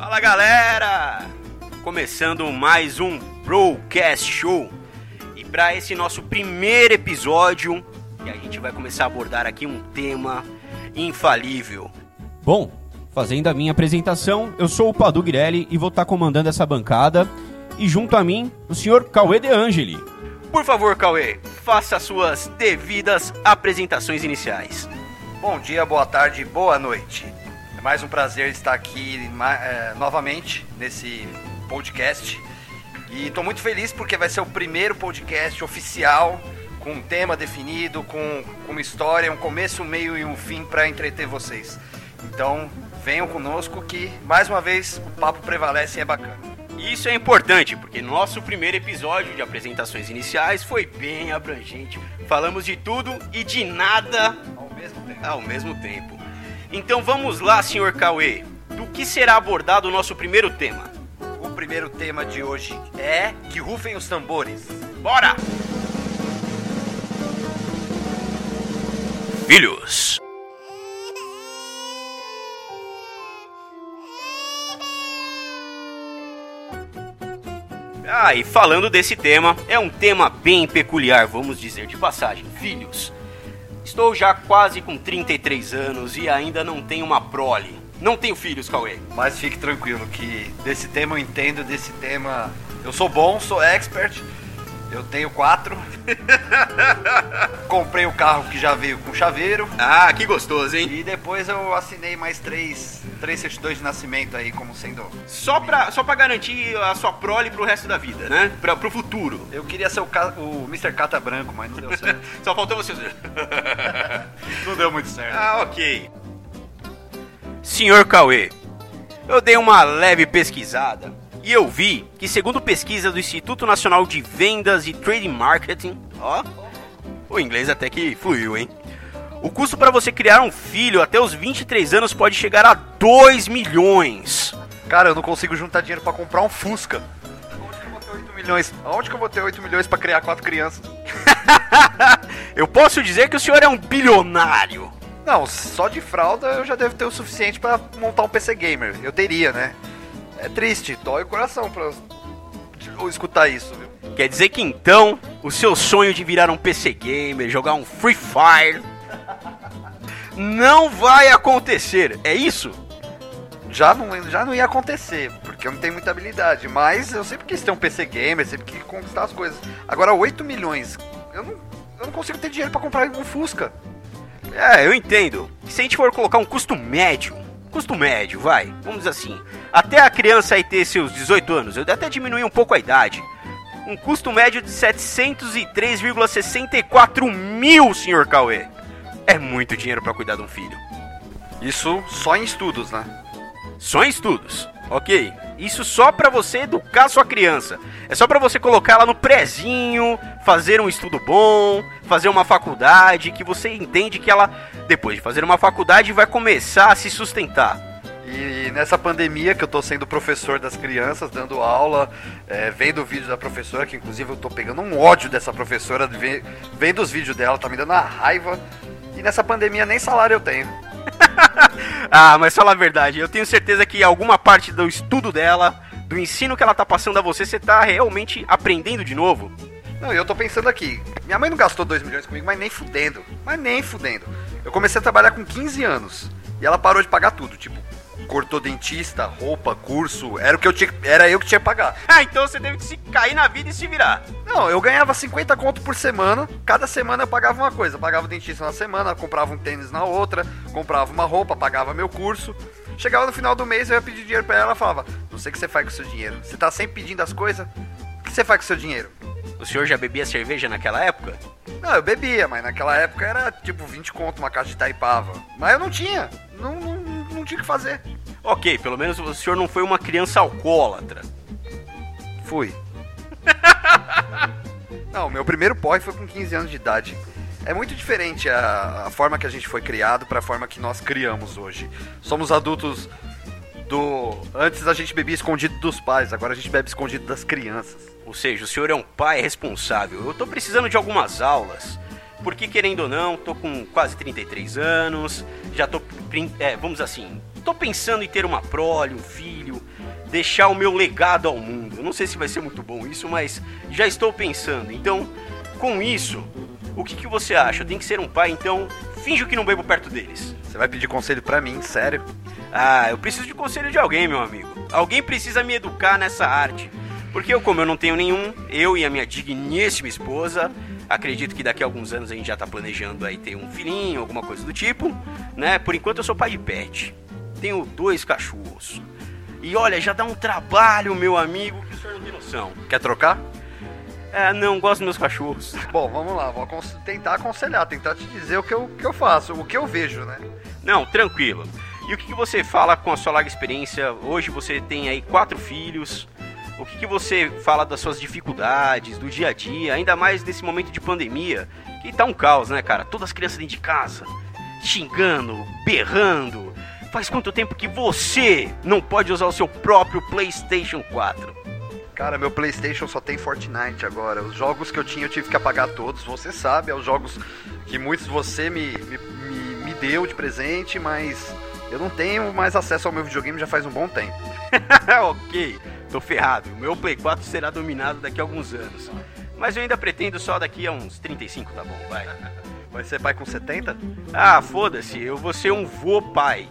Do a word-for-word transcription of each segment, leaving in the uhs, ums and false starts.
Fala galera! Começando mais um Broadcast Show. E para esse nosso primeiro episódio, a gente vai começar a abordar aqui um tema infalível. Bom, fazendo a minha apresentação, eu sou o Padu Guirelli e vou estar comandando essa bancada. E junto a mim, o senhor Cauê De Angeli. Por favor, Cauê, faça as suas devidas apresentações iniciais. Bom dia, boa tarde, boa noite. É mais um prazer estar aqui é, novamente nesse podcast. E estou muito feliz porque vai ser o primeiro podcast oficial, com um tema definido, com, com uma história, um começo, um meio e um fim para entreter vocês. Então, venham conosco que, mais uma vez, o papo prevalece e é bacana. Isso é importante, porque nosso primeiro episódio de apresentações iniciais foi bem abrangente. Falamos de tudo e de nada ao mesmo tempo. Ao mesmo tempo. Então vamos lá, senhor Cauê. Do que será abordado o nosso primeiro tema? O primeiro tema de hoje é que rufem os tambores. Bora! Filhos. Ah, e falando desse tema, é um tema bem peculiar, vamos dizer de passagem. Filhos. Estou já quase com trinta e três anos e ainda não tenho uma prole. Não tenho filhos, Cauê. Mas fique tranquilo que desse tema eu entendo, desse tema eu sou bom, sou expert. Eu tenho quatro. Comprei o carro que já veio com chaveiro. Ah, que gostoso, hein? E depois eu assinei mais três, três certidões de nascimento aí, como sendo... Só pra, só pra garantir a sua prole pro resto da vida, né? Pra, pro futuro. Eu queria ser o, o mister Cata Branco, mas não deu certo. Só faltou você. Não deu muito certo. Ah, ok. Senhor Cauê, eu dei uma leve pesquisada e eu vi que, segundo pesquisa do Instituto Nacional de Vendas e Trade Marketing, ó, o inglês até que fluiu, hein? O custo para você criar um filho até os vinte e três anos pode chegar a dois milhões. Cara, eu não consigo juntar dinheiro para comprar um Fusca. Onde que eu vou ter oito milhões? Aonde que eu vou ter oito milhões para criar quatro crianças? Eu posso dizer que o senhor é um bilionário. Não, só de fralda eu já devo ter o suficiente para montar um P C Gamer. Eu teria, né? É triste, dói o coração pra eu escutar isso, viu? Quer dizer que então, o seu sonho de virar um P C Gamer, jogar um Free Fire, não vai acontecer, é isso? Já não, já não ia acontecer, porque eu não tenho muita habilidade, mas eu sempre quis ter um P C Gamer, sempre quis conquistar as coisas. Agora, oito milhões, eu não, eu não consigo ter dinheiro pra comprar um Fusca. É, eu entendo. Se a gente for colocar um custo médio, custo médio, vai, vamos dizer assim, até a criança aí ter seus dezoito anos, eu até diminuir um pouco a idade. Um custo médio de setecentos e três vírgula sessenta e quatro mil, senhor Cauê. É muito dinheiro pra cuidar de um filho. Isso só em estudos, né? Só em estudos, ok. Isso só pra você educar sua criança. É só pra você colocar ela no prezinho, fazer um estudo bom, fazer uma faculdade, que você entende que ela, depois de fazer uma faculdade, vai começar a se sustentar. E nessa pandemia que eu tô sendo professor das crianças, dando aula, é, vendo o vídeo da professora, que inclusive eu tô pegando um ódio dessa professora, vendo os vídeos dela, tá me dando uma raiva. E nessa pandemia nem salário eu tenho. Ah, mas fala a verdade, eu tenho certeza que alguma parte do estudo dela, do ensino que ela tá passando a você, você tá realmente aprendendo de novo. Não, eu tô pensando aqui, minha mãe não gastou dois milhões comigo, mas nem fudendo, mas nem fudendo. Eu comecei a trabalhar com quinze anos, e ela parou de pagar tudo, tipo, cortou dentista, roupa, curso, era, o que eu tinha, era eu que tinha que pagar. Ah, então você teve que se cair na vida e se virar. Não, eu ganhava cinquenta conto por semana, cada semana eu pagava uma coisa, eu pagava o dentista na semana, comprava um tênis na outra, comprava uma roupa, pagava meu curso. Chegava no final do mês, eu ia pedir dinheiro pra ela, ela falava, não sei o que você faz com o seu dinheiro, você tá sempre pedindo as coisas, o que você faz com o seu dinheiro? O senhor já bebia cerveja naquela época? Não, eu bebia, mas naquela época era tipo vinte conto uma caixa de Itaipava, mas eu não tinha, não, não, não tinha o que fazer. Ok, pelo menos o senhor não foi uma criança alcoólatra. Fui. Não, meu primeiro porre foi com quinze anos de idade. É muito diferente a, a forma que a gente foi criado para a forma que nós criamos hoje. Somos adultos do... Antes a gente bebia escondido dos pais, agora a gente bebe escondido das crianças. Ou seja, o senhor é um pai responsável. Eu tô precisando de algumas aulas. Porque, querendo ou não, tô com quase trinta e três anos, já tô, é, vamos assim, tô pensando em ter uma prole, um filho, deixar o meu legado ao mundo. Eu não sei se vai ser muito bom isso, mas já estou pensando. Então, com isso, o que, que você acha? Eu tenho que ser um pai, então finjo que não bebo perto deles. Você vai pedir conselho pra mim, sério? Ah, eu preciso de conselho de alguém, meu amigo. Alguém precisa me educar nessa arte. Porque eu, como eu não tenho nenhum, eu e a minha digníssima esposa, acredito que daqui a alguns anos a gente já tá planejando aí ter um filhinho, alguma coisa do tipo, né? Por enquanto eu sou pai de pet. Tenho dois cachorros. E olha, já dá um trabalho, meu amigo, que o senhor não tem noção. Quer trocar? É, não, gosto dos meus cachorros. Bom, vamos lá, vou acon- tentar aconselhar, tentar te dizer o que eu, que eu faço, o que eu vejo, né? Não, tranquilo. E o que, que você fala com a sua larga experiência? Hoje você tem aí quatro filhos. O que, que você fala das suas dificuldades, do dia a dia, ainda mais nesse momento de pandemia, que tá um caos, né, cara? Todas as crianças dentro de casa, xingando, berrando. Faz quanto tempo que você não pode usar o seu próprio PlayStation quatro? Cara, meu PlayStation só tem Fortnite agora. Os jogos que eu tinha eu tive que apagar todos. Você sabe, é os jogos que muitos de você me, me, me, me deu de presente, mas eu não tenho mais acesso ao meu videogame já faz um bom tempo. Ok, tô ferrado. O meu Play quatro será dominado daqui a alguns anos. Mas eu ainda pretendo só daqui a uns trinta e cinco, tá bom, vai. Vai ser pai com setenta? Ah, foda-se, eu vou ser um vô pai.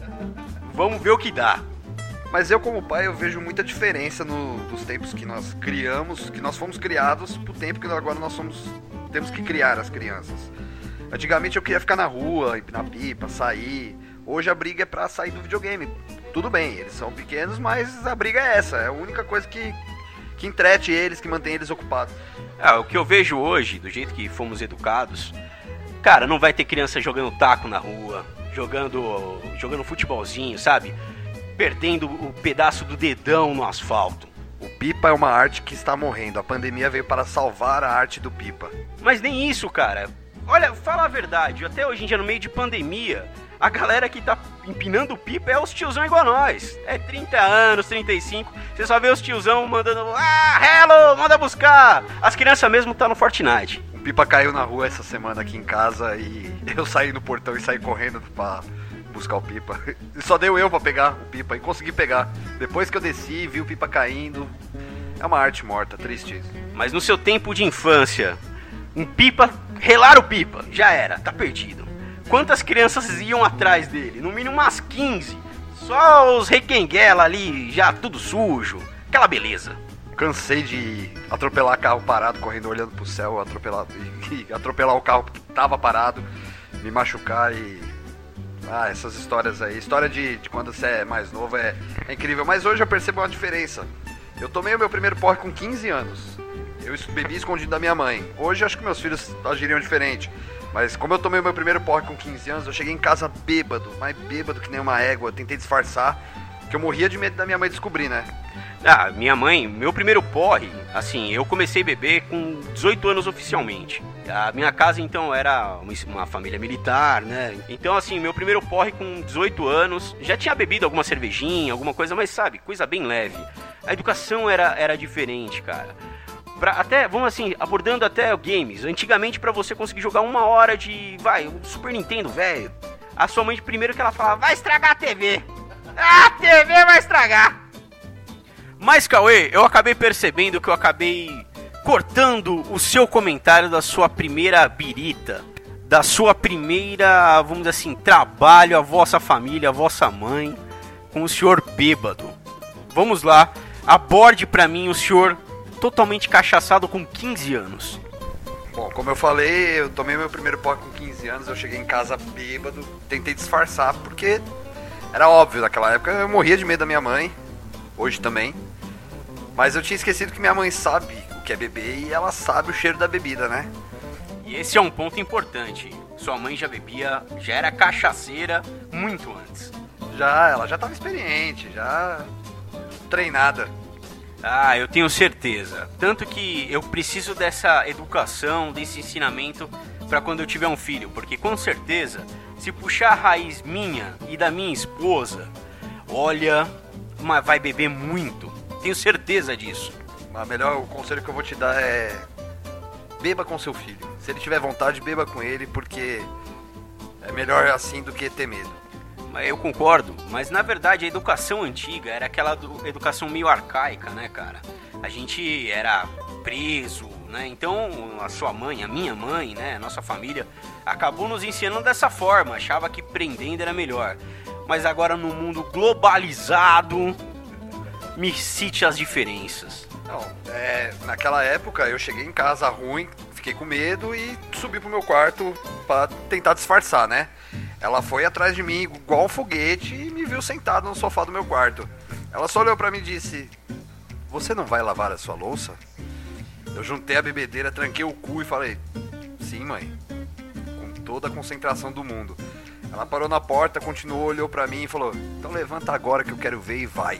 Vamos ver o que dá. Mas eu, como pai, eu vejo muita diferença no, dos tempos que nós criamos, que nós fomos criados, pro tempo que agora nós somos, temos que criar as crianças. Antigamente eu queria ficar na rua, ir na pipa, sair. Hoje a briga é pra sair do videogame. Tudo bem, eles são pequenos, mas a briga é essa. É a única coisa que, que entrete eles, que mantém eles ocupados. Ah, o que eu vejo hoje, do jeito que fomos educados, cara, não vai ter criança jogando taco na rua, jogando, jogando futebolzinho, sabe? Perdendo o pedaço do dedão no asfalto. O pipa é uma arte que está morrendo. A pandemia veio para salvar a arte do pipa. Mas nem isso, cara. Olha, fala a verdade, até hoje em dia, no meio de pandemia, a galera que tá empinando pipa é os tiozão igual a nós. É trinta anos, trinta e cinco, você só vê os tiozão mandando, ah, hello, manda buscar. As crianças mesmo tá no Fortnite. O pipa caiu na rua essa semana aqui em casa e eu saí no portão e saí correndo pra buscar o pipa. Só deu eu pra pegar o pipa e consegui pegar. Depois que eu desci, vi o pipa caindo. É uma arte morta, triste isso. Mas no seu tempo de infância, um pipa, relar o pipa, já era, tá perdido. Quantas crianças iam atrás dele? No mínimo umas quinze. Só os requenguela ali, já tudo sujo. Aquela beleza. Cansei de atropelar carro parado, correndo, olhando pro céu, atropelar, e, e atropelar o carro que tava parado, me machucar e... Ah, essas histórias aí. História de, de quando você é mais novo é, é incrível. Mas hoje eu percebo uma diferença. Eu tomei o meu primeiro porre com quinze anos. Eu bebi escondido da minha mãe. Hoje eu acho que meus filhos agiriam diferente. Mas como eu tomei o meu primeiro porre com quinze anos, eu cheguei em casa bêbado. Mais bêbado que nem uma égua. Eu tentei disfarçar. Porque eu morria de medo da minha mãe descobrir, né? Ah, minha mãe, meu primeiro porre, assim, eu comecei a beber com dezoito anos oficialmente. A minha casa, então, era uma, uma família militar, né? Então, assim, meu primeiro porre com dezoito anos, já tinha bebido alguma cervejinha, alguma coisa, mas sabe, coisa bem leve. A educação era, era diferente, cara. Pra, até, vamos assim, abordando até games. Antigamente, pra você conseguir jogar uma hora de, vai, o Super Nintendo, velho, a sua mãe, primeiro que ela falava, vai estragar a T V. Ah, a T V vai estragar. Mas, Cauê, eu acabei percebendo que eu acabei cortando o seu comentário da sua primeira birita, da sua primeira, vamos dizer assim, trabalho, a vossa família, a vossa mãe, com o senhor bêbado. Vamos lá, aborde pra mim o senhor totalmente cachaçado com quinze anos. Bom, como eu falei, eu tomei meu primeiro porre com quinze anos, eu cheguei em casa bêbado, tentei disfarçar, porque era óbvio naquela época, eu morria de medo da minha mãe, hoje também. Mas eu tinha esquecido que minha mãe sabe o que é beber e ela sabe o cheiro da bebida, né? E esse é um ponto importante. Sua mãe já bebia, já era cachaceira muito antes. Já, ela já estava experiente, já treinada. Ah, eu tenho certeza. Tanto que eu preciso dessa educação, desse ensinamento para quando eu tiver um filho. Porque com certeza, se puxar a raiz minha e da minha esposa, olha, mas vai beber muito. Tenho certeza disso. O melhor conselho que eu vou te dar é... beba com seu filho. Se ele tiver vontade, beba com ele, porque é melhor assim do que ter medo. eu concordo, mas na verdade a educação antiga era aquela do, educação meio arcaica, né, cara? A gente era preso, né? Então a sua mãe, a minha mãe, né, a nossa família acabou nos ensinando dessa forma, achava que prendendo era melhor. Mas agora no mundo globalizado, me cite as diferenças. Não, é, naquela época eu cheguei em casa ruim, fiquei com medo e subi pro meu quarto pra tentar disfarçar, né? Ela foi atrás de mim igual um foguete e me viu sentado no sofá do meu quarto. Ela só olhou pra mim e disse: "Você não vai lavar a sua louça?" Eu juntei a bebedeira, tranquei o cu e falei: "Sim, mãe." Com toda a concentração do mundo. Ela parou na porta, continuou, olhou pra mim e falou: "Então levanta agora que eu quero ver", e vai.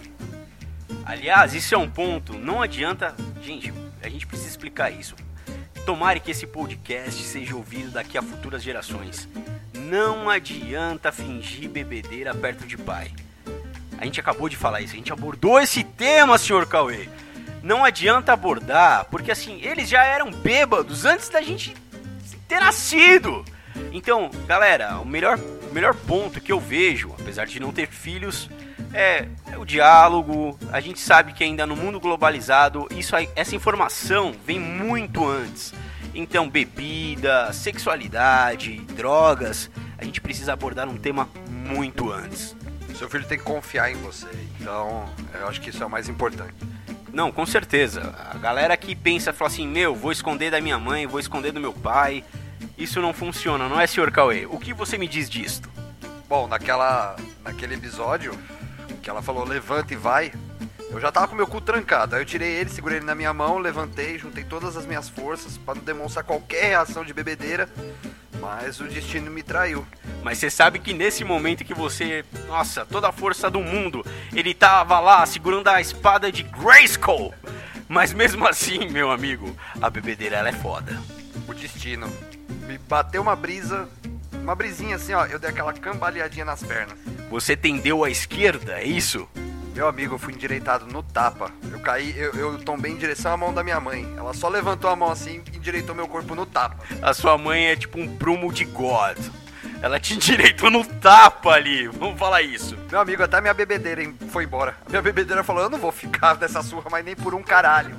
Aliás, isso é um ponto, não adianta... Gente, a gente precisa explicar isso. Tomara que esse podcast seja ouvido daqui a futuras gerações. Não adianta fingir bebedeira perto de pai. A gente acabou de falar isso, a gente abordou esse tema, senhor Cauê. Não adianta abordar, porque assim, eles já eram bêbados antes da gente ter nascido. Então, galera, o melhor, o melhor ponto que eu vejo, apesar de não ter filhos, é, é o diálogo. A gente sabe que ainda no mundo globalizado, isso, essa informação vem muito antes. Então, bebida, sexualidade, drogas, a gente precisa abordar um tema muito antes. Seu filho tem que confiar em você, então eu acho que isso é o mais importante. Não, com certeza. A galera que pensa, fala assim, meu, vou esconder da minha mãe, vou esconder do meu pai, isso não funciona, não é, senhor Cauê? O que você me diz disto? Bom, naquela, naquele episódio que ela falou levanta e vai, eu já tava com meu cu trancado. Aí eu tirei ele, segurei ele na minha mão, levantei, juntei todas as minhas forças pra não demonstrar qualquer reação de bebedeira, mas o destino me traiu. Mas você sabe que nesse momento que você, nossa, toda a força do mundo, ele tava lá segurando a espada de Grayskull. Mas mesmo assim, meu amigo, a bebedeira ela é foda. O destino me bateu uma brisa, uma brisinha assim, ó, eu dei aquela cambaleadinha nas pernas. Você tendeu à esquerda, é isso? Meu amigo, eu fui endireitado no tapa. Eu caí, eu, eu tombei em direção à mão da minha mãe. Ela só levantou a mão assim e endireitou meu corpo no tapa. A sua mãe é tipo um prumo de God. Ela te endireitou no tapa ali, vamos falar isso. Meu amigo, até minha bebedeira foi embora. A minha bebedeira falou, eu não vou ficar dessa surra, mas nem por um caralho.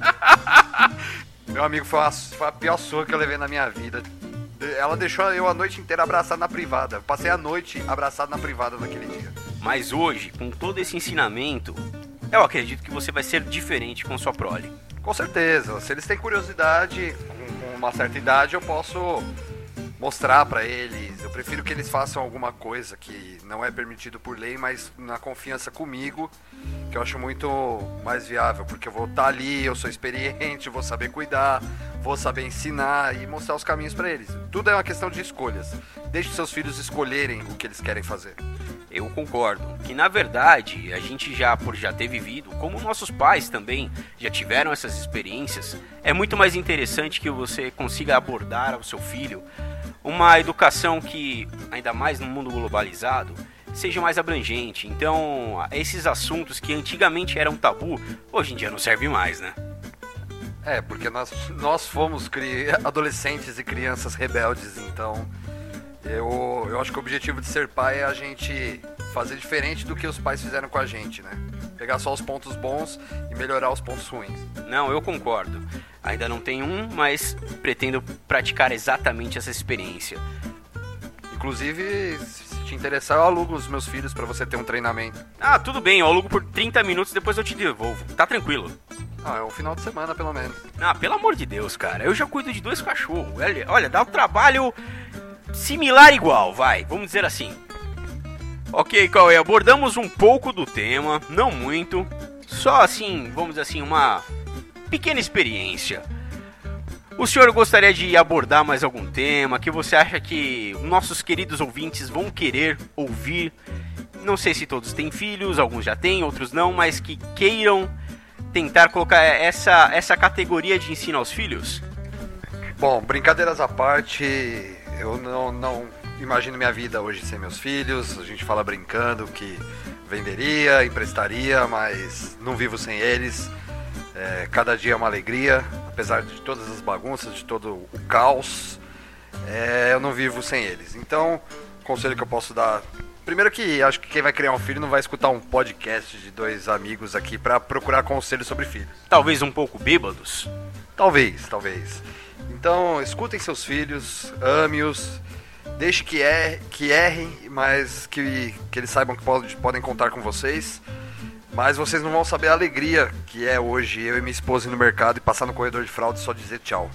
Meu amigo, foi, uma, foi a pior surra que eu levei na minha vida. Ela deixou eu a noite inteira abraçado na privada. Eu passei a noite abraçado na privada naquele dia. Mas hoje, com todo esse ensinamento, eu acredito que você vai ser diferente com sua prole. Com certeza. Se eles têm curiosidade, com uma certa idade, eu posso mostrar pra eles. Eu prefiro que eles façam alguma coisa que não é permitido por lei, mas na confiança comigo, que eu acho muito mais viável, porque eu vou estar ali, eu sou experiente, vou saber cuidar, vou saber ensinar e mostrar os caminhos pra eles. Tudo é uma questão de escolhas. Deixe seus filhos escolherem o que eles querem fazer. Eu concordo, que na verdade a gente já, por já ter vivido, como nossos pais também já tiveram essas experiências, é muito mais interessante que você consiga abordar ao seu filho uma educação que, ainda mais no mundo globalizado, seja mais abrangente. Então, esses assuntos que antigamente eram tabu, hoje em dia não servem mais, né? É, porque nós, nós fomos cri- adolescentes e crianças rebeldes, então eu, eu acho que o objetivo de ser pai é a gente fazer diferente do que os pais fizeram com a gente, né? Pegar só os pontos bons e melhorar os pontos ruins. Não, eu concordo. Ainda não tenho um, mas pretendo praticar exatamente essa experiência. Inclusive, se te interessar, eu alugo os meus filhos pra você ter um treinamento. Ah, tudo bem, eu alugo por trinta minutos, depois eu te devolvo. Tá tranquilo. Ah, é um final de semana, pelo menos. Ah, pelo amor de Deus, cara. Eu já cuido de dois cachorros. Olha, olha, dá um trabalho similar igual, vai. Vamos dizer assim. Ok, Cauê, abordamos um pouco do tema, não muito. Só assim, vamos dizer assim, uma pequena experiência. O senhor gostaria de abordar mais algum tema que você acha que nossos queridos ouvintes vão querer ouvir? Não sei se todos têm filhos, alguns já têm, outros não, mas que queiram tentar colocar essa, essa categoria de ensino aos filhos? Bom, brincadeiras à parte, eu não, não imagino minha vida hoje sem meus filhos. A gente fala brincando que venderia, emprestaria, mas não vivo sem eles. É, cada dia é uma alegria, apesar de todas as bagunças, de todo o caos, é, eu não vivo sem eles. Então, o conselho que eu posso dar Primeiro que acho que quem vai criar um filho não vai escutar um podcast de dois amigos aqui pra procurar conselhos sobre filhos. Talvez um pouco bêbados. Talvez, talvez. Então, escutem seus filhos, ame-os, deixe que, er, que errem, mas que, que eles saibam que pode, podem contar com vocês. Mas vocês não vão saber a alegria que é hoje eu e minha esposa ir no mercado e passar no corredor de fralda e só dizer tchau.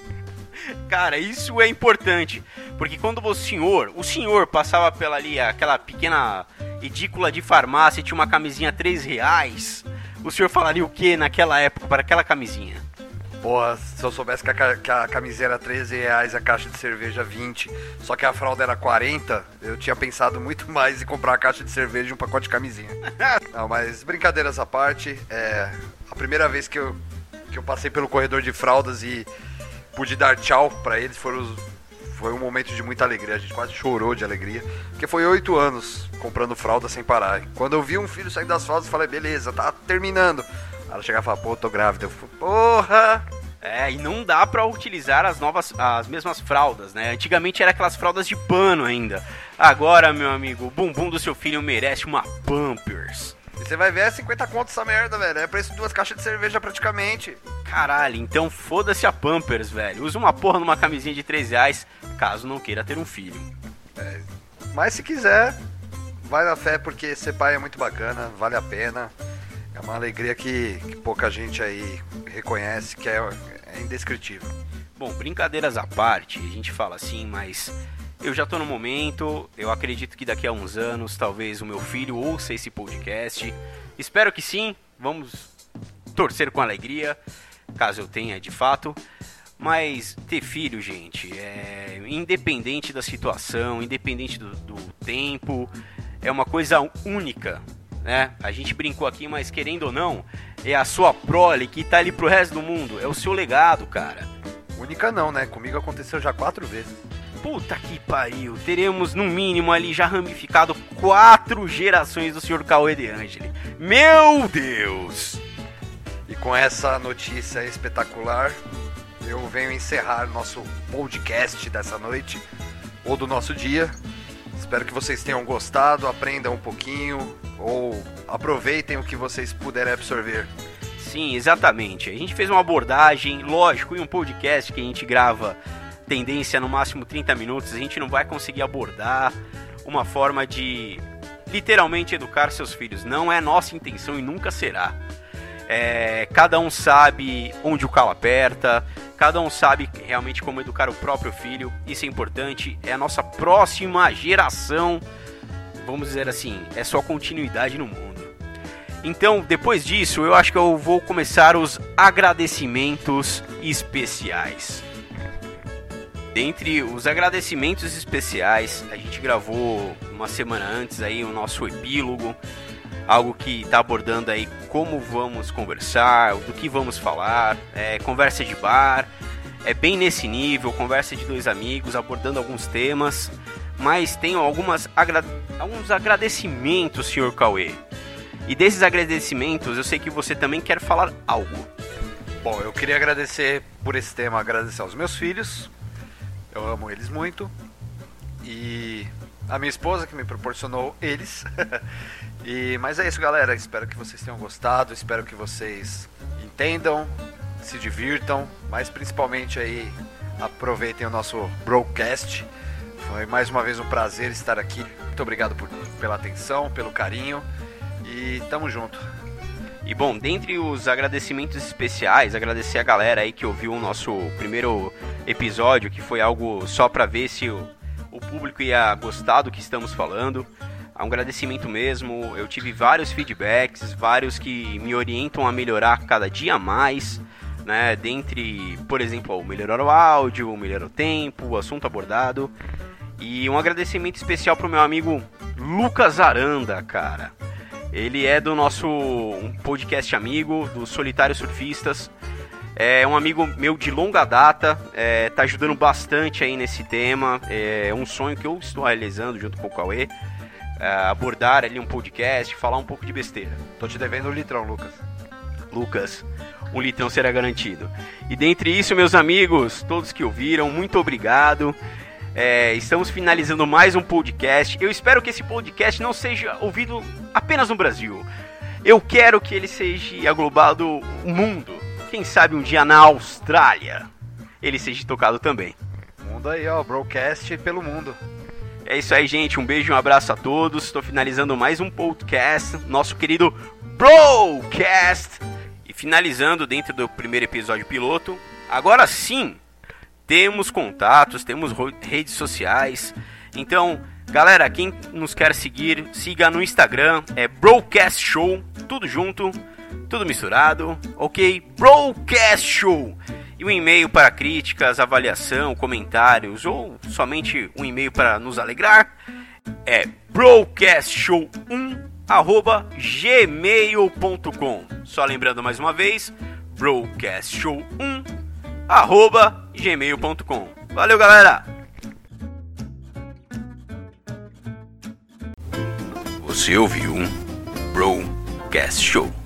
Cara, isso é importante, porque quando o senhor, o senhor passava pela ali, aquela pequena edícula de farmácia e tinha uma camisinha três reais, o senhor falaria o que naquela época para aquela camisinha? Porra, se eu soubesse que a, que a camisinha era treze reais, a caixa de cerveja vinte, só que a fralda era quarenta, eu tinha pensado muito mais em comprar a caixa de cerveja e um pacote de camisinha. Não, mas brincadeiras à parte, é, a primeira vez que eu, que eu passei pelo corredor de fraldas e pude dar tchau pra eles, foi, os, foi um momento de muita alegria, a gente quase chorou de alegria, porque foi oito anos comprando fralda sem parar. E quando eu vi um filho saindo das fraldas, eu falei, beleza, tá terminando. Ela chegava e falava, pô, tô grávida. Eu falei, porra! É, e não dá pra utilizar as novas, as mesmas fraldas, né? Antigamente era aquelas fraldas de pano ainda. Agora, meu amigo, o bumbum do seu filho merece uma Pampers. E você vai ver, é cinquenta contos essa merda, velho. É preço de duas caixas de cerveja praticamente. Caralho, então foda-se a Pampers, velho. Usa uma porra numa camisinha de três reais, caso não queira ter um filho. É, mas se quiser, vai na fé, porque ser pai é muito bacana, vale a pena. É uma alegria que, que pouca gente aí reconhece, que é, é indescritível. Bom, brincadeiras à parte, a gente fala assim, mas eu já tô no momento, eu acredito que daqui a uns anos, talvez o meu filho ouça esse podcast. Espero que sim, vamos torcer com alegria, caso eu tenha de fato. Mas ter filho, gente, é independente da situação, independente do, do tempo, é uma coisa única. Né? A gente brincou aqui, mas querendo ou não, é a sua prole que tá ali pro resto do mundo, é o seu legado, cara. Única não, né? Comigo aconteceu já quatro vezes. Puta que pariu, teremos no mínimo ali já ramificado quatro gerações do senhor Cauê De Angeli. Meu Deus! E com essa notícia espetacular, eu venho encerrar nosso podcast dessa noite, ou do nosso dia. Espero que vocês tenham gostado, aprendam um pouquinho, ou aproveitem o que vocês puderem absorver. Sim, exatamente. A gente fez uma abordagem, lógico, em um podcast que a gente grava tendência no máximo trinta minutos, a gente não vai conseguir abordar uma forma de literalmente educar seus filhos. Não é nossa intenção e nunca será. É, cada um sabe onde o calo aperta, cada um sabe realmente como educar o próprio filho, isso é importante, é a nossa próxima geração, vamos dizer assim, é só continuidade no mundo. Então, depois disso, eu acho que eu vou começar os agradecimentos especiais. Dentre os agradecimentos especiais, a gente gravou uma semana antes aí o nosso epílogo, algo que está abordando aí como vamos conversar, do que vamos falar, é, conversa de bar, é bem nesse nível, conversa de dois amigos, abordando alguns temas, mas tenho algumas agra- alguns agradecimentos, senhor Cauê. E desses agradecimentos, eu sei que você também quer falar algo. Bom, eu queria agradecer por esse tema, agradecer aos meus filhos, eu amo eles muito, e a minha esposa que me proporcionou eles. E, mas é isso, galera, espero que vocês tenham gostado, espero que vocês entendam, se divirtam, mas principalmente aí aproveitem o nosso broadcast. Foi mais uma vez um prazer estar aqui, muito obrigado por, pela atenção, pelo carinho e tamo junto. E bom, dentre os agradecimentos especiais, agradecer a galera aí que ouviu o nosso primeiro episódio, que foi algo só pra ver se o, o público ia gostar do que estamos falando. Um agradecimento mesmo, eu tive vários feedbacks, vários que me orientam a melhorar cada dia mais, né? Dentre, por exemplo, o melhorar o áudio, o melhorar o tempo, o assunto abordado. E um agradecimento especial pro meu amigo Lucas Aranda, cara. Ele é do nosso um podcast amigo, do Solitários Surfistas. É um amigo meu de longa data, é, tá ajudando bastante aí nesse tema. É um sonho que eu estou realizando junto com o Cauê. É, abordar ali um podcast, falar um pouco de besteira. Tô te devendo um litrão, Lucas. Lucas, um litrão será garantido. E dentre isso, meus amigos, todos que ouviram, muito obrigado. É, estamos finalizando mais um podcast. Eu espero que esse podcast não seja ouvido apenas no Brasil. Eu quero que ele seja aglobado o mundo. Quem sabe um dia na Austrália ele seja tocado também. Mundo aí, ó, broadcast pelo mundo. É isso aí, gente. Um beijo e um abraço a todos. Estou finalizando mais um podcast, nosso querido Broadcast. E finalizando dentro do primeiro episódio piloto. Agora sim, temos contatos, temos redes sociais. Então, galera, quem nos quer seguir, siga no Instagram. É Broadcast Show, tudo junto, tudo misturado. Ok? Broadcast Show. E um e-mail para críticas, avaliação, comentários ou somente um e-mail para nos alegrar é broadcast show um arroba gmail ponto com. Só lembrando mais uma vez, broadcast show um arroba gmail ponto com. Valeu, galera! Você ouviu um Broadcast Show.